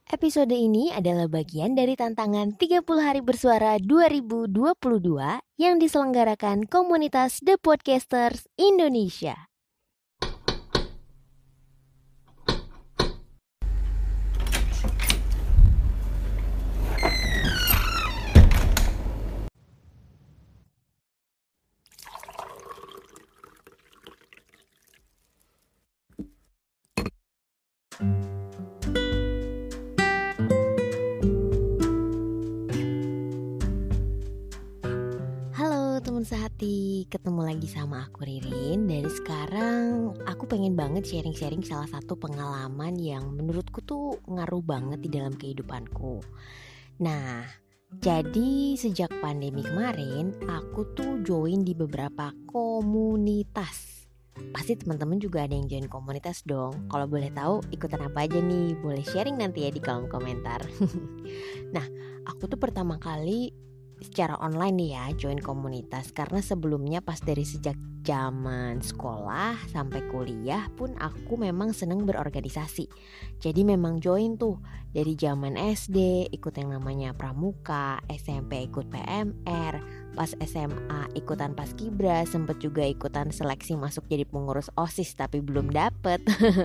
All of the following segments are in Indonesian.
Episode ini adalah bagian dari tantangan 30 hari bersuara 2022 yang diselenggarakan komunitas The Podcasters Indonesia. Teman sehati, ketemu lagi sama aku Ririn. Dari sekarang aku pengen banget sharing-sharing salah satu pengalaman yang menurutku tuh ngaruh banget di dalam kehidupanku. Nah, jadi sejak pandemi kemarin aku tuh join di beberapa komunitas. Pasti teman-teman juga ada yang join komunitas dong. Kalau boleh tahu ikutan apa aja nih? Boleh sharing nanti ya di kolom komentar. Nah, aku tuh pertama kali secara online nih ya join komunitas, karena sebelumnya pas dari sejak zaman sekolah sampai kuliah pun aku memang seneng berorganisasi. Jadi memang join tuh dari zaman SD ikut yang namanya pramuka, SMP ikut PMR, pas SMA ikutan paskibra, sempet juga ikutan seleksi masuk jadi pengurus OSIS tapi belum dapet.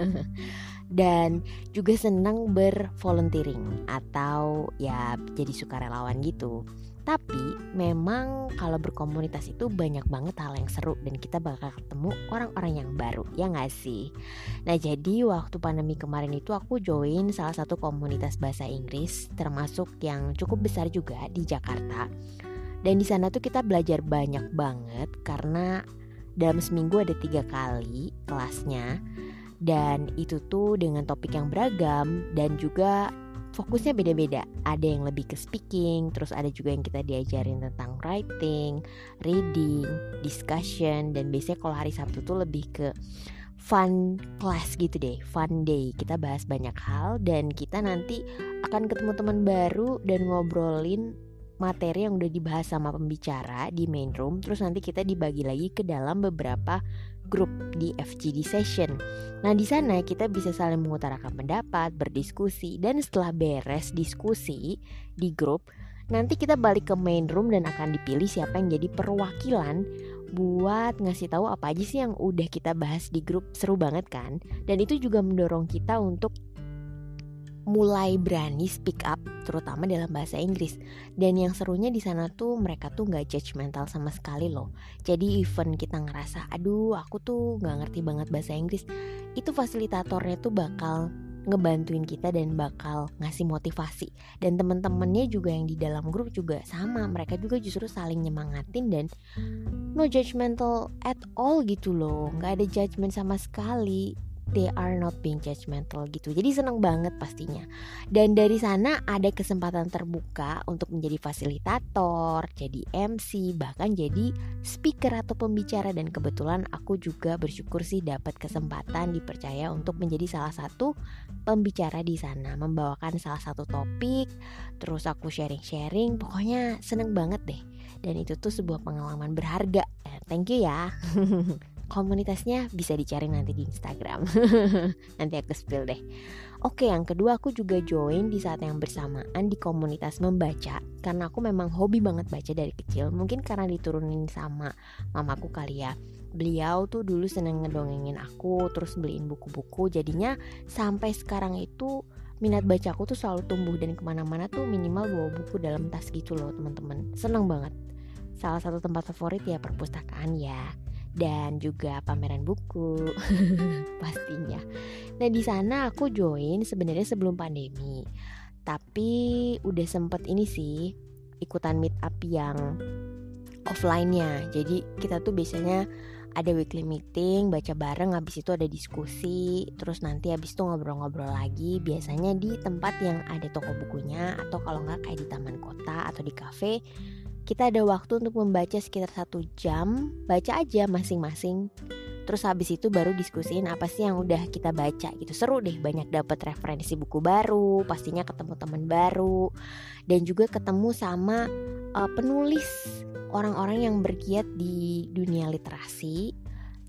Dan juga seneng bervolunteering atau ya jadi sukarelawan gitu. Tapi memang kalau berkomunitas itu banyak banget hal yang seru dan kita bakal ketemu orang-orang yang baru, ya gak sih? Nah, jadi waktu pandemi kemarin itu aku join salah satu komunitas bahasa Inggris, termasuk yang cukup besar juga di Jakarta. Dan di sana tuh kita belajar banyak banget karena dalam seminggu ada 3 kali kelasnya. Dan itu tuh dengan topik yang beragam dan juga fokusnya beda-beda. Ada yang lebih ke speaking, terus ada juga yang kita diajarin tentang writing, reading, discussion. Dan biasanya kalau hari Sabtu tuh lebih ke fun class gitu deh, fun day. Kita bahas banyak hal dan kita nanti akan ketemu teman baru dan ngobrolin materi yang udah dibahas sama pembicara di main room. Terus nanti kita dibagi lagi ke dalam beberapa grup di FGD session. Nah, di sana kita bisa saling mengutarakan pendapat, berdiskusi, dan setelah beres diskusi di grup, nanti kita balik ke main room dan akan dipilih siapa yang jadi perwakilan buat ngasih tahu apa aja sih yang udah kita bahas di grup. Seru banget kan? Dan itu juga mendorong kita untuk mulai berani speak up, terutama dalam bahasa Inggris. Dan yang serunya di sana tuh mereka tuh nggak judgmental sama sekali loh. Jadi even kita ngerasa, aduh aku tuh nggak ngerti banget bahasa Inggris, itu fasilitatornya tuh bakal ngebantuin kita dan bakal ngasih motivasi. Dan teman-temannya juga yang di dalam grup juga sama, mereka juga justru saling nyemangatin dan no judgmental at all gitu loh. Nggak ada judgment sama sekali. They are not being judgmental gitu. Jadi seneng banget pastinya. Dan dari sana ada kesempatan terbuka untuk menjadi fasilitator, jadi MC, bahkan jadi speaker atau pembicara. Dan kebetulan aku juga bersyukur sih dapat kesempatan dipercaya untuk menjadi salah satu pembicara di sana, membawakan salah satu topik. Terus aku sharing-sharing, pokoknya seneng banget deh. Dan itu tuh sebuah pengalaman berharga. Thank you ya. Komunitasnya bisa dicari nanti di Instagram. Nanti aku spill deh. Oke, yang kedua aku juga join di saat yang bersamaan di komunitas membaca. Karena aku memang hobi banget baca dari kecil. Mungkin karena diturunin sama mamaku kali ya. Beliau tuh dulu seneng ngedongengin aku, terus beliin buku-buku. Jadinya sampai sekarang itu minat bacaku tuh selalu tumbuh. Dan kemana-mana tuh minimal bawa buku dalam tas gitu loh teman-teman. Seneng banget. Salah satu tempat favorit ya perpustakaan ya. Dan juga pameran buku pastinya. Nah, di sana aku join sebenarnya sebelum pandemi. Tapi udah sempet ini sih ikutan meet up yang offline-nya. Jadi kita tuh biasanya ada weekly meeting, baca bareng, habis itu ada diskusi, terus nanti habis itu ngobrol-ngobrol lagi. Biasanya di tempat yang ada toko bukunya, atau kalau nggak kayak di taman kota atau di kafe. Kita ada waktu untuk membaca sekitar 1 jam, baca aja masing-masing. Terus habis itu baru diskusiin apa sih yang udah kita baca gitu. Seru deh, banyak dapat referensi buku baru, pastinya ketemu teman baru. Dan juga ketemu sama penulis, orang-orang yang bergiat di dunia literasi.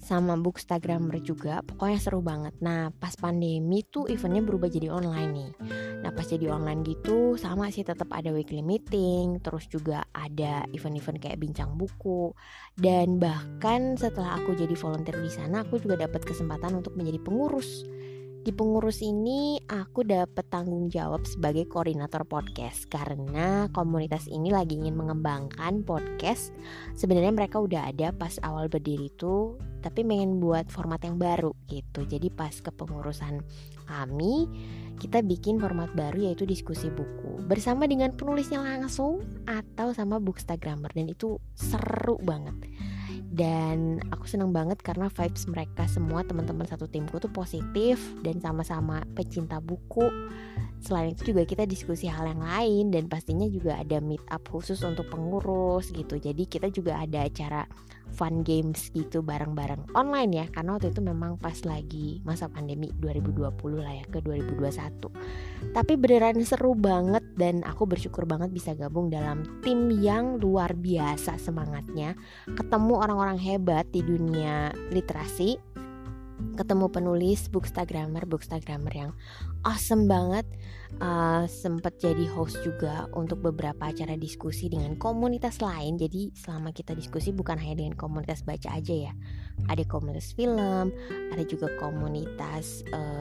sama Bookstagrammer juga. Pokoknya seru banget. Nah pas pandemi tuh eventnya berubah jadi online nih. Nah pas jadi online gitu sama sih, tetap ada weekly meeting, terus juga ada event-event kayak bincang buku. Dan bahkan setelah aku jadi volunteer di sana, aku juga dapat kesempatan untuk menjadi pengurus. Di pengurus ini aku dapat tanggung jawab sebagai koordinator podcast, karena komunitas ini lagi ingin mengembangkan podcast. Sebenarnya mereka udah ada pas awal berdiri tuh, tapi pengen buat format yang baru gitu. Jadi pas kepengurusan kami, kita bikin format baru yaitu diskusi buku bersama dengan penulisnya langsung atau sama Bookstagrammer, dan itu seru banget. Dan aku senang banget karena vibes mereka semua, teman-teman satu timku tuh positif dan sama-sama pecinta buku. Selain itu juga kita diskusi hal yang lain, dan pastinya juga ada meet up khusus untuk pengurus gitu. Jadi kita juga ada acara fun games gitu bareng-bareng online ya, karena waktu itu memang pas lagi masa pandemi 2020 lah ya ke 2021. Tapi beneran seru banget, dan aku bersyukur banget bisa gabung dalam tim yang luar biasa semangatnya. Ketemu orang-orang hebat di dunia literasi, ketemu penulis Bookstagrammer yang awesome banget. Sempat jadi host juga untuk beberapa acara diskusi dengan komunitas lain. Jadi selama kita diskusi bukan hanya dengan komunitas baca aja ya, ada komunitas film, ada juga komunitas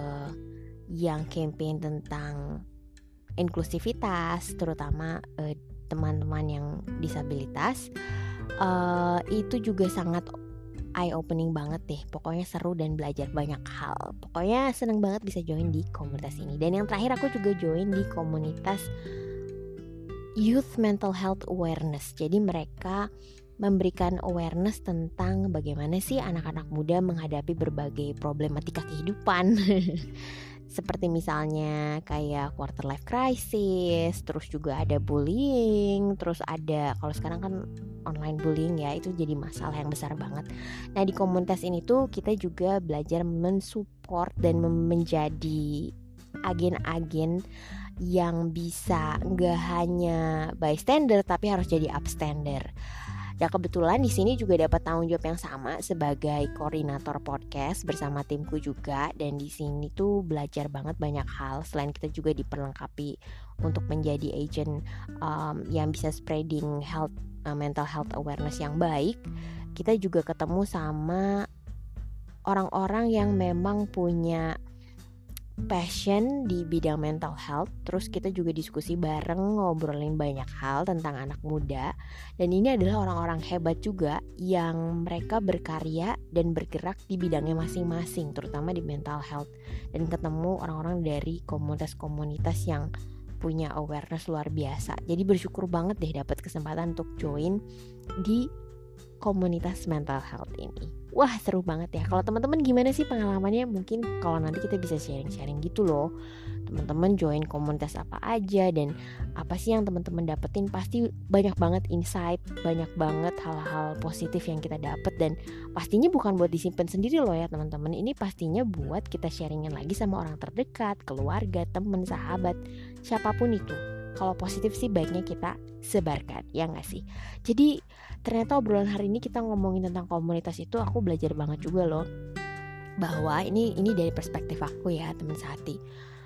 yang campaign tentang inklusivitas, terutama teman-teman yang disabilitas. Itu juga sangat eye-opening banget deh. Pokoknya seru dan belajar banyak hal. Pokoknya seneng banget bisa join di komunitas ini. Dan yang terakhir aku juga join di komunitas Youth Mental Health Awareness. Jadi mereka memberikan awareness tentang bagaimana sih anak-anak muda menghadapi berbagai problematika kehidupan. Seperti misalnya kayak quarter life crisis, terus juga ada bullying, terus ada, kalau sekarang kan online bullying ya, itu jadi masalah yang besar banget. Nah di komunitas ini tuh kita juga belajar mensupport dan menjadi agen-agen yang bisa nggak hanya bystander tapi harus jadi upstander. Ya kebetulan di sini juga dapat tanggung jawab yang sama sebagai koordinator podcast bersama timku juga, dan di sini tuh belajar banget banyak hal. Selain kita juga diperlengkapi untuk menjadi agent yang bisa spreading mental health awareness yang baik, kita juga ketemu sama orang-orang yang memang punya passion di bidang mental health. Terus kita juga diskusi bareng, ngobrolin banyak hal tentang anak muda. Dan ini adalah orang-orang hebat juga yang mereka berkarya dan bergerak di bidangnya masing-masing, terutama di mental health. Dan ketemu orang-orang dari komunitas-komunitas yang punya awareness luar biasa. Jadi bersyukur banget deh dapat kesempatan untuk join di komunitas mental health ini. Wah seru banget ya. Kalau teman-teman gimana sih pengalamannya? Mungkin kalau nanti kita bisa sharing-sharing gitu loh. Teman-teman join komunitas apa aja dan apa sih yang teman-teman dapetin. Pasti banyak banget insight, banyak banget hal-hal positif yang kita dapet. Dan pastinya bukan buat disimpan sendiri loh ya teman-teman. Ini pastinya buat kita sharingin lagi sama orang terdekat, keluarga, teman, sahabat, siapapun itu. Kalau positif sih baiknya kita sebarkan, ya gak sih? Jadi ternyata obrolan hari ini kita ngomongin tentang komunitas itu, aku belajar banget juga loh. Bahwa ini dari perspektif aku ya teman sehati.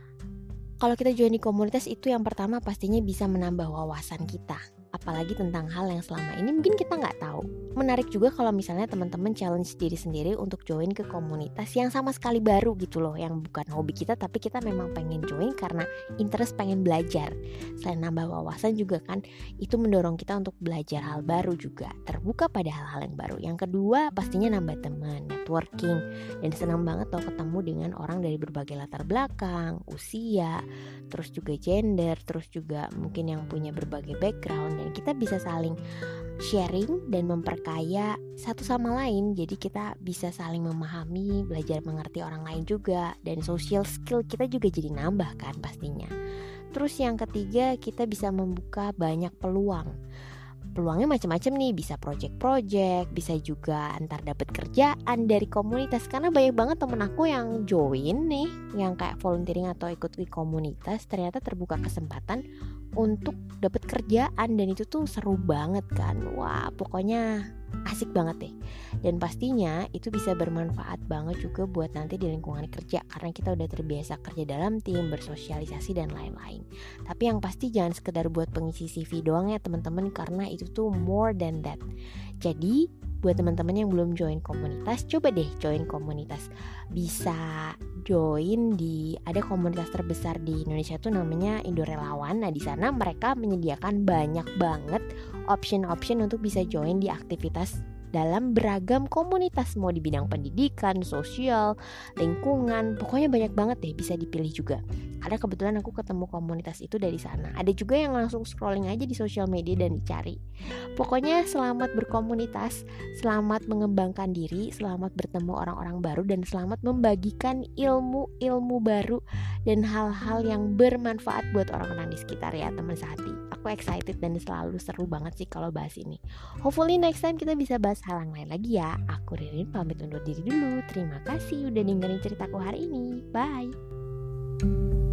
Kalau kita join di komunitas itu yang pertama pastinya bisa menambah wawasan kita. Apalagi tentang hal yang selama ini mungkin kita gak tahu. Menarik juga kalau misalnya teman-teman challenge diri sendiri untuk join ke komunitas yang sama sekali baru gitu loh, yang bukan hobi kita tapi kita memang pengen join karena interest pengen belajar. Selain nambah wawasan juga kan, itu mendorong kita untuk belajar hal baru juga, terbuka pada hal-hal yang baru. Yang kedua pastinya nambah teman, networking. Dan senang banget loh ketemu dengan orang dari berbagai latar belakang, usia, terus juga gender, terus juga mungkin yang punya berbagai background. Dan kita bisa saling sharing dan memperkaya satu sama lain. Jadi kita bisa saling memahami, belajar mengerti orang lain juga. Dan social skill kita juga jadi nambah kan pastinya. Terus yang ketiga, kita bisa membuka banyak peluang. Peluangnya macam-macam nih, bisa project-project, bisa juga antar dapat kerjaan dari komunitas. Karena banyak banget temen aku yang join nih, yang kayak volunteering atau ikut di komunitas, ternyata terbuka kesempatan untuk dapat kerjaan, dan itu tuh seru banget kan. Wah, pokoknya asik banget deh. Dan pastinya itu bisa bermanfaat banget juga buat nanti di lingkungan kerja, karena kita udah terbiasa kerja dalam tim, bersosialisasi dan lain-lain. Tapi yang pasti jangan sekedar buat pengisi CV doang ya teman-teman, karena itu tuh more than that. Jadi buat teman-teman yang belum join komunitas, coba deh join komunitas. Bisa join ada komunitas terbesar di Indonesia tuh namanya Indo Relawan. Nah, di sana mereka menyediakan banyak banget option untuk bisa join di aktivitas dalam beragam komunitas, mau di bidang pendidikan, sosial, lingkungan, pokoknya banyak banget deh, bisa dipilih juga. Karena kebetulan aku ketemu komunitas itu dari sana. Ada juga yang langsung scrolling aja di sosial media dan dicari. Pokoknya selamat berkomunitas, selamat mengembangkan diri, selamat bertemu orang-orang baru, dan selamat membagikan ilmu-ilmu baru dan hal-hal yang bermanfaat buat orang-orang di sekitar ya teman sehati. Aku excited dan selalu seru banget sih kalau bahas ini. Hopefully next time kita bisa bahas hal yang lain lagi ya. Aku Ririn pamit undur diri dulu. Terima kasih udah dengerin ceritaku hari ini. Bye.